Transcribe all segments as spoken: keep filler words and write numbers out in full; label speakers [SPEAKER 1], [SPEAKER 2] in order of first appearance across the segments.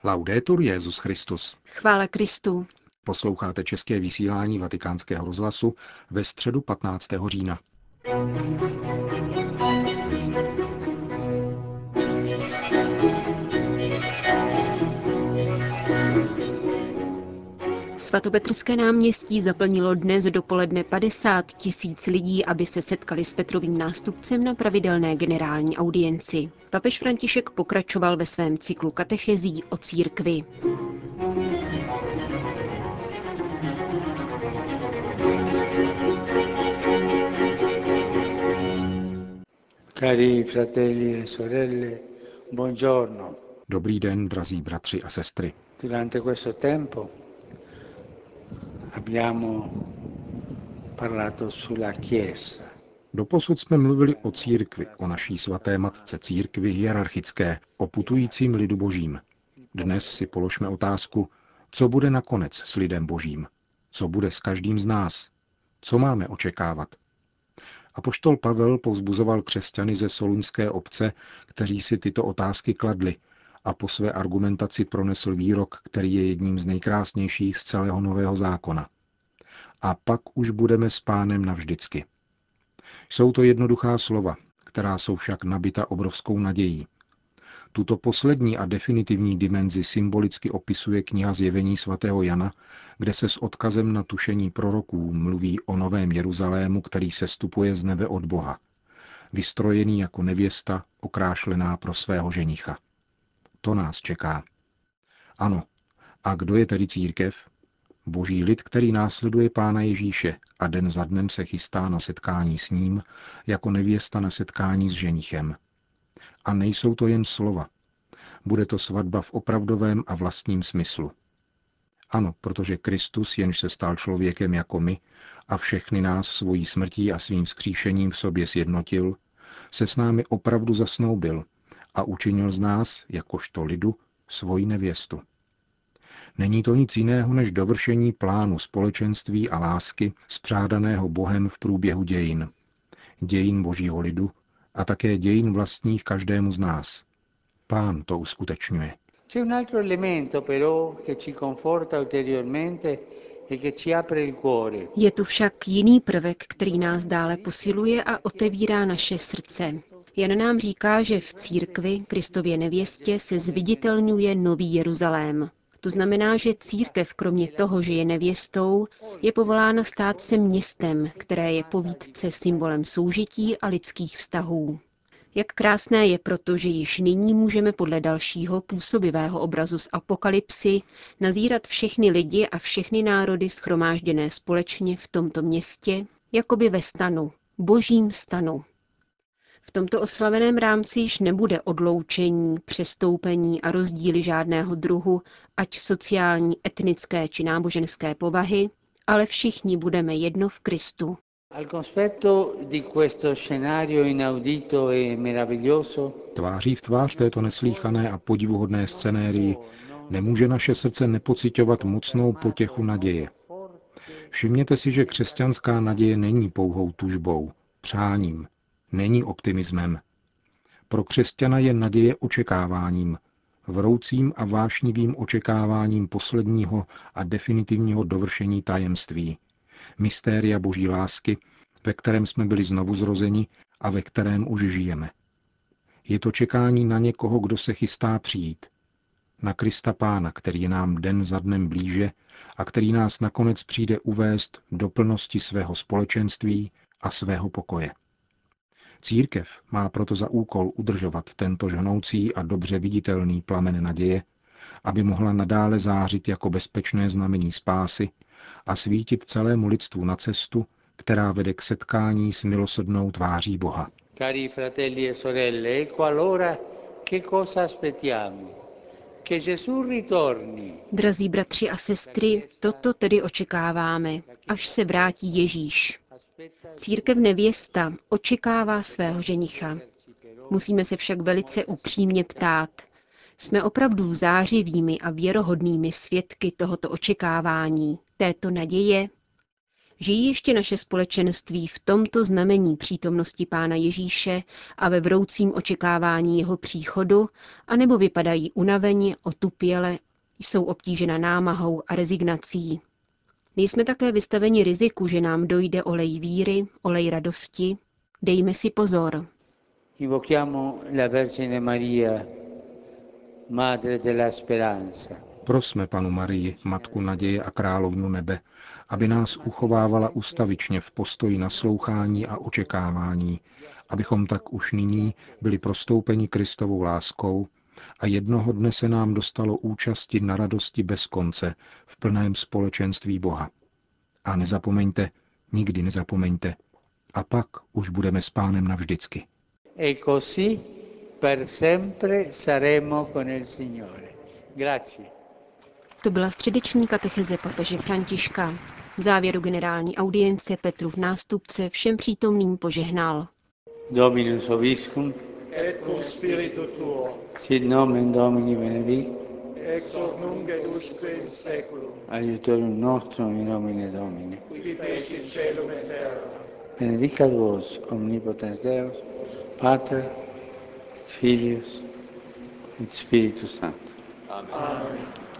[SPEAKER 1] Laudetur Jesus Christus.
[SPEAKER 2] Chvála Kristu.
[SPEAKER 1] Posloucháte české vysílání Vatikánského rozhlasu ve středu patnáctého října.
[SPEAKER 2] Svatopetrské náměstí zaplnilo dnes dopoledne padesát tisíc lidí, aby se setkali s Petrovým nástupcem na pravidelné generální audienci. Papež František pokračoval ve svém cyklu katechezí o církvi.
[SPEAKER 3] Cari fratelli e sorelle, buongiorno.
[SPEAKER 1] Dobrý den, drazí bratři a sestry.
[SPEAKER 3] Durante questo tempo abbiamo parlato sulla Chiesa.
[SPEAKER 1] Doposud jsme mluvili o církvi, o naší svaté matce církvi hierarchické, o putujícím lidu božím. Dnes si položme otázku, co bude nakonec s lidem božím, co bude s každým z nás, co máme očekávat. Apoštol Pavel povzbuzoval křesťany ze solunské obce, kteří si tyto otázky kladli, a po své argumentaci pronesl výrok, který je jedním z nejkrásnějších z celého Nového zákona. A pak už budeme s Pánem navždycky. Jsou to jednoduchá slova, která jsou však nabita obrovskou nadějí. Tuto poslední a definitivní dimenzi symbolicky opisuje kniha Zjevení svatého Jana, kde se s odkazem na tušení proroků mluví o novém Jeruzalému, který sestupuje z nebe od Boha, vystrojený jako nevěsta, okrášlená pro svého ženicha. To nás čeká. Ano, a kdo je tedy církev? Boží lid, který následuje Pána Ježíše a den za dnem se chystá na setkání s ním, jako nevěsta na setkání s ženichem. A nejsou to jen slova. Bude to svatba v opravdovém a vlastním smyslu. Ano, protože Kristus, jenž se stal člověkem jako my a všechny nás svojí smrtí a svým vzkříšením v sobě sjednotil, se s námi opravdu zasnoubil a učinil z nás, jakožto lidu, svoji nevěstu. Není to nic jiného než dovršení plánu společenství a lásky spřádaného Bohem v průběhu dějin. Dějin Božího lidu a také dějin vlastních každému z nás. Pán to uskutečňuje.
[SPEAKER 3] C'è un altro elemento però che ci conforta ulteriormente e che ci apre il cuore.
[SPEAKER 2] Je tu však jiný prvek, který nás dále posiluje a otevírá naše srdce. Jan nám říká, že v církvi, Kristově nevěstě, se zviditelňuje nový Jeruzalém. To znamená, že církev kromě toho, že je nevěstou, je povolána stát se městem, které je po výtce symbolem soužití a lidských vztahů. Jak krásné je proto, že již nyní můžeme podle dalšího působivého obrazu z Apokalypsy nazírat všechny lidi a všechny národy shromážděné společně v tomto městě, jakoby ve stanu, božím stanu. V tomto oslaveném rámci již nebude odloučení, přestoupení a rozdíly žádného druhu, ať sociální, etnické či náboženské povahy, ale všichni budeme jedno v Kristu.
[SPEAKER 3] Al cospetto di questo scenario inaudito e meraviglioso,
[SPEAKER 1] Tváří v tvář této neslýchané a podivuhodné scenérii nemůže naše srdce nepociťovat mocnou potěchu naděje. Všimněte si, že křesťanská naděje není pouhou tužbou, přáním, není optimismem. Pro křesťana je naděje očekáváním, vroucím a vášnivým očekáváním posledního a definitivního dovršení tajemství, mystéria Boží lásky, ve kterém jsme byli znovu zrozeni a ve kterém už žijeme. Je to čekání na někoho, kdo se chystá přijít. Na Krista Pána, který je nám den za dnem blíže a který nás nakonec přijde uvést do plnosti svého společenství a svého pokoje. Církev má proto za úkol udržovat tento žhnoucí a dobře viditelný plamen naděje, aby mohla nadále zářit jako bezpečné znamení spásy a svítit celému lidstvu na cestu, která vede k setkání s milosrdnou tváří Boha.
[SPEAKER 3] cari fratelli e sorelle, ecco allora che cosa aspettiamo? Che Gesù ritorni.
[SPEAKER 2] Drazí bratři a sestry, toto tedy očekáváme, až se vrátí Ježíš. Církev nevěsta očekává svého ženicha. Musíme se však velice upřímně ptát. Jsme opravdu zářivými a věrohodnými svědky tohoto očekávání, této naděje? Žijí ještě naše společenství v tomto znamení přítomnosti Pána Ježíše a ve vroucím očekávání jeho příchodu, anebo vypadají unaveni, otupěle, jsou obtížena námahou a rezignací. Nejsme také vystaveni riziku, že nám dojde olej víry, olej radosti. Dejme si pozor.
[SPEAKER 3] Invochiamo la Vergine Maria, Madre della Speranza.
[SPEAKER 1] Prosme Panu Marii, Matku naděje a královnu nebe, aby nás uchovávala ustavičně v postoji naslouchání a očekávání, abychom tak už nyní byli prostoupeni Kristovou láskou a jednoho dne se nám dostalo účasti na radosti bez konce v plném společenství Boha. A nezapomeňte, nikdy nezapomeňte, a pak už budeme s Pánem navždycky.
[SPEAKER 3] E così per sempre saremo con il Signore. Grazie.
[SPEAKER 2] To byla středeční katecheze papeže Františka. V závěru generální audience Petrův nástupce všem přítomným požehnal.
[SPEAKER 3] Dominus vobiscum,
[SPEAKER 4] et cum spiritu tuo,
[SPEAKER 3] sit nomen Domini benedict,
[SPEAKER 4] ex hoc nunc et usque in saeculum,
[SPEAKER 3] aiutorium nostrum in nomine Domini.
[SPEAKER 4] qui feci caelum et terra.
[SPEAKER 3] Benedicat vos, omnipotens Deus, Pater, Filius, et Spiritus Sanctus.
[SPEAKER 4] Amen.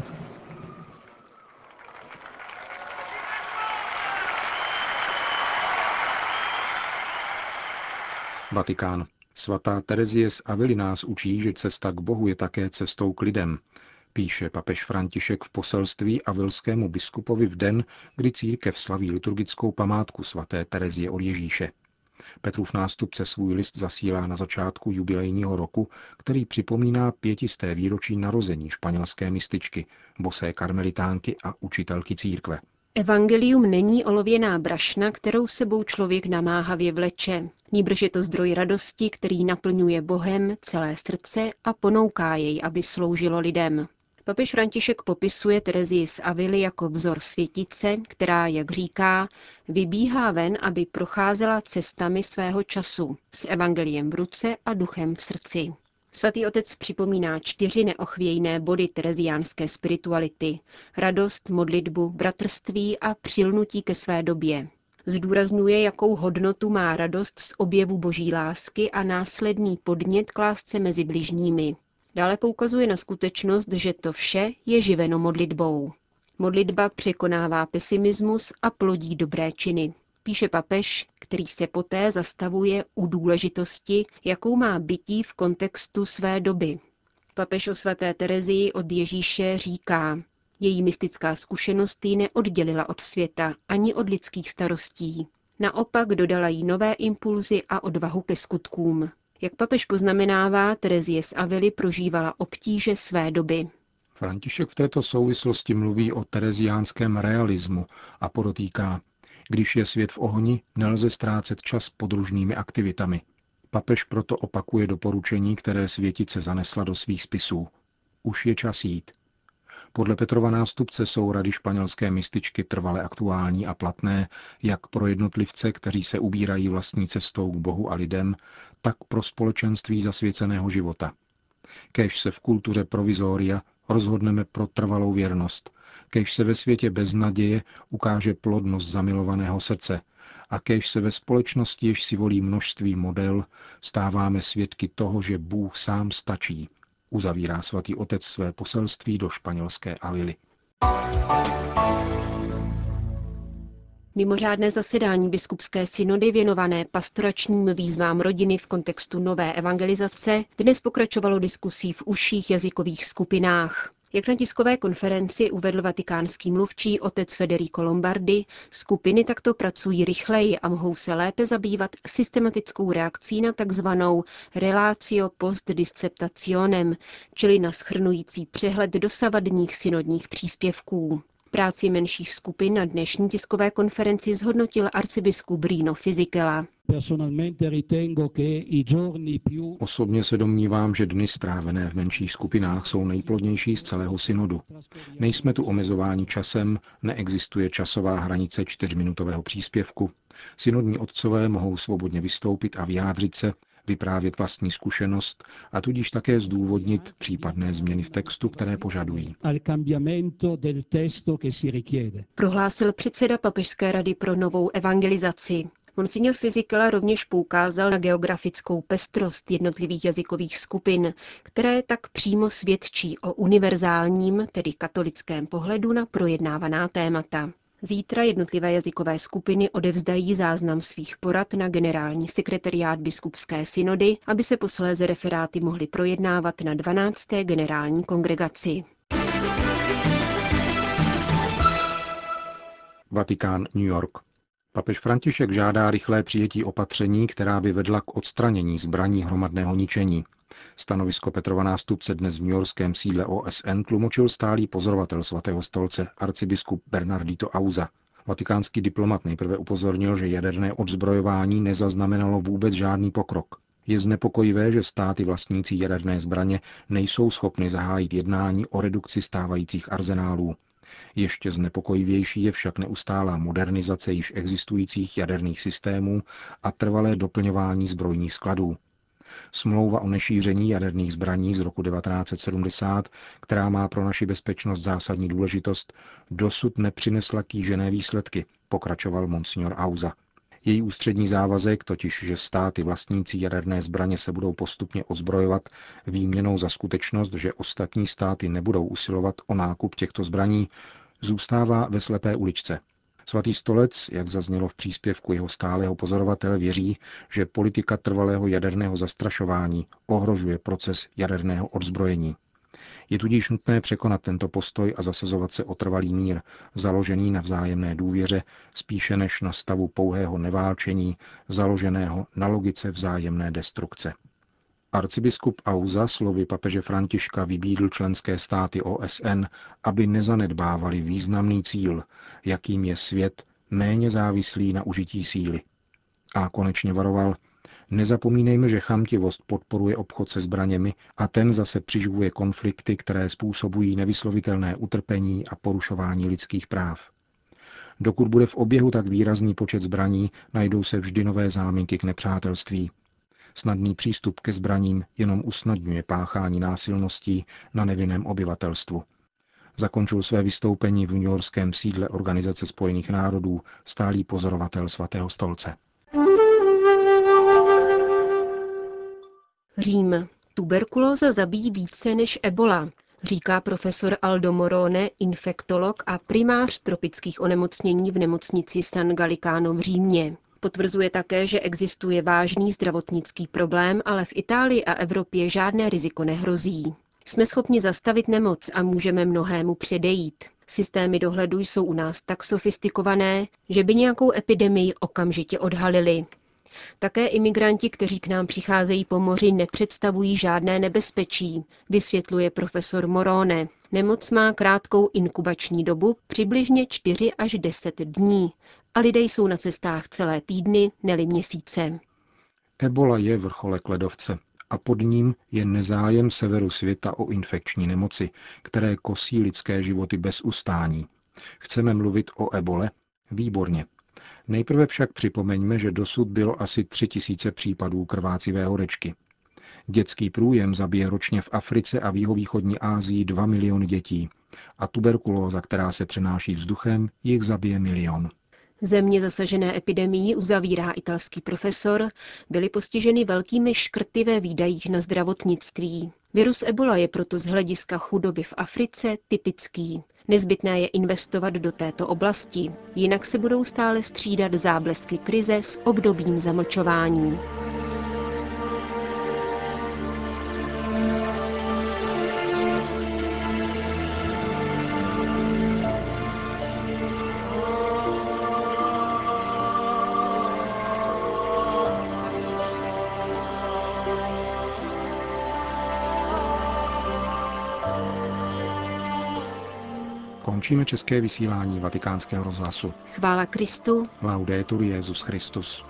[SPEAKER 1] Vatikán. Svatá Terezie z Avily nás učí, že cesta k Bohu je také cestou k lidem, píše papež František v poselství avilskému biskupovi v den, kdy církev slaví liturgickou památku svaté Terezie od Ježíše. Petrův nástupce svůj list zasílá na začátku jubilejního roku, který připomíná pětisté výročí narození španělské mističky, bosé karmelitánky a učitelky církve.
[SPEAKER 2] Evangelium není olověná brašna, kterou sebou člověk namáhavě vleče. Nýbrž je to zdroj radosti, který naplňuje Bohem celé srdce a ponouká jej, aby sloužilo lidem. Papež František popisuje Terezii z Avily jako vzor světice, která, jak říká, vybíhá ven, aby procházela cestami svého času, s evangeliem v ruce a duchem v srdci. Svatý otec připomíná čtyři neochvějné body tereziánské spirituality. Radost, modlitbu, bratrství a přilnutí ke své době. Zdůrazňuje, jakou hodnotu má radost z objevu boží lásky a následný podnět k lásce mezi bližními. Dále poukazuje na skutečnost, že to vše je živeno modlitbou. Modlitba překonává pesimismus a plodí dobré činy. Píše papež, který se poté zastavuje u důležitosti, jakou má bytí v kontextu své doby. Papež o svaté Terezii od Ježíše říká, její mystická zkušenost ji neoddělila od světa ani od lidských starostí. Naopak dodala jí nové impulzy a odvahu ke skutkům. Jak papež poznamenává, Terezie z Avily prožívala obtíže své doby.
[SPEAKER 1] František v této souvislosti mluví o tereziánském realismu a podotýká, když je svět v ohni, nelze ztrácet čas podružnými aktivitami. Papež proto opakuje doporučení, které světice zanesla do svých spisů. Už je čas jít. Podle Petrova nástupce jsou rady španělské mističky trvale aktuální a platné jak pro jednotlivce, kteří se ubírají vlastní cestou k Bohu a lidem, tak pro společenství zasvěceného života. Kéž se v kultuře provizoria rozhodneme pro trvalou věrnost, kéž se ve světě bez naděje ukáže plodnost zamilovaného srdce a kéž se ve společnosti, jež si volí množství model, stáváme svědky toho, že Bůh sám stačí, uzavírá svatý otec své poselství do španělské Avily.
[SPEAKER 2] Mimořádné zasedání biskupské synody věnované pastoračním výzvám rodiny v kontextu nové evangelizace dnes pokračovalo diskusí v užších jazykových skupinách. Jak na tiskové konferenci uvedl vatikánský mluvčí otec Federico Lombardi, skupiny takto pracují rychleji a mohou se lépe zabývat systematickou reakcí na takzvanou relatio post disceptationem, čili na shrnující přehled dosavadních synodních příspěvků. Práci menších skupin na dnešní tiskové konferenci zhodnotil arcibiskup Rino Fisichella.
[SPEAKER 1] Osobně se domnívám, že dny strávené v menších skupinách jsou nejplodnější z celého synodu. Nejsme tu omezováni časem, neexistuje časová hranice čtyřminutového příspěvku. Synodní otcové mohou svobodně vystoupit a vyjádřit se, vyprávět vlastní zkušenost a tudíž také zdůvodnit případné změny v textu, které požadují.
[SPEAKER 2] Prohlásil předseda Papežské rady pro novou evangelizaci. Monsignor Fisichella rovněž poukázal na geografickou pestrost jednotlivých jazykových skupin, které tak přímo svědčí o univerzálním, tedy katolickém pohledu na projednávaná témata. Zítra jednotlivé jazykové skupiny odevzdají záznam svých porad na generální sekretariát biskupské synody, aby se posléze referáty mohly projednávat na dvanácté generální kongregaci.
[SPEAKER 1] Vatikán, New York. Papež František žádá rychlé přijetí opatření, která by vedla k odstranění zbraní hromadného ničení. Stanovisko Petrova nástupce dnes v newyorském sídle O S N tlumočil stálý pozorovatel svatého stolce arcibiskup Bernardito Auza. Vatikánský diplomat nejprve upozornil, že jaderné odzbrojování nezaznamenalo vůbec žádný pokrok. Je znepokojivé, že státy vlastnící jaderné zbraně nejsou schopny zahájit jednání o redukci stávajících arzenálů. Ještě znepokojivější je však neustálá modernizace již existujících jaderných systémů a trvalé doplňování zbrojních skladů. Smlouva o nešíření jaderných zbraní z roku devatenáct set sedmdesát, která má pro naši bezpečnost zásadní důležitost, dosud nepřinesla kýžené výsledky, pokračoval monsignor Auza. Její ústřední závazek, totiž že státy vlastnící jaderné zbraně se budou postupně odzbrojovat výměnou za skutečnost, že ostatní státy nebudou usilovat o nákup těchto zbraní, zůstává ve slepé uličce. Svatý stolec, jak zaznělo v příspěvku jeho stálého pozorovatele, věří, že politika trvalého jaderného zastrašování ohrožuje proces jaderného odzbrojení. Je tudíž nutné překonat tento postoj a zasazovat se o trvalý mír, založený na vzájemné důvěře, spíše než na stavu pouhého neválčení, založeného na logice vzájemné destrukce. Arcibiskup Auza slovy papeže Františka vybídl členské státy O S N, aby nezanedbávali významný cíl, jakým je svět méně závislý na užití síly. A konečně varoval: nezapomínejme, že chamtivost podporuje obchod se zbraněmi a ten zase přiživuje konflikty, které způsobují nevyslovitelné utrpení a porušování lidských práv. Dokud bude v oběhu tak výrazný počet zbraní, najdou se vždy nové záminky k nepřátelství. Snadný přístup ke zbraním jenom usnadňuje páchání násilností na nevinném obyvatelstvu. Zakončil své vystoupení v newyorském sídle Organizace spojených národů stálý pozorovatel svatého stolce.
[SPEAKER 2] Řím. Tuberkulóza zabíjí více než ebola, říká profesor Aldo Morone, infektolog a primář tropických onemocnění v nemocnici San Gallicano v Římě. Potvrzuje také, že existuje vážný zdravotnický problém, ale v Itálii a Evropě žádné riziko nehrozí. Jsme schopni zastavit nemoc a můžeme mnohému předejít. Systémy dohledu jsou u nás tak sofistikované, že by nějakou epidemii okamžitě odhalili. Také imigranti, kteří k nám přicházejí po moři, nepředstavují žádné nebezpečí, vysvětluje profesor Morone. Nemoc má krátkou inkubační dobu, přibližně čtyři až deset dní, a lidé jsou na cestách celé týdny, neli měsíce.
[SPEAKER 1] Ebola je vrcholek ledovce a pod ním je nezájem severu světa o infekční nemoci, které kosí lidské životy bez ustání. Chceme mluvit o ebole? Výborně. Nejprve však připomeňme, že dosud bylo asi tři tisíce případů krvácivé horečky. Dětský průjem zabije ročně v Africe a v jihovýchodní Asii dva miliony dětí a tuberkulóza, která se přenáší vzduchem, jich zabije milion.
[SPEAKER 2] Země zasažené epidemií, uzavírá italský profesor, byly postiženy velkými škrty ve výdajích na zdravotnictví. Virus ebola je proto z hlediska chudoby v Africe typický. Nezbytné je investovat do této oblasti, jinak se budou stále střídat záblesky krize s obdobím zamlčování.
[SPEAKER 1] Končíme české vysílání Vatikánského rozhlasu.
[SPEAKER 2] Chvála Kristu.
[SPEAKER 1] Laudetur Jesus Christus.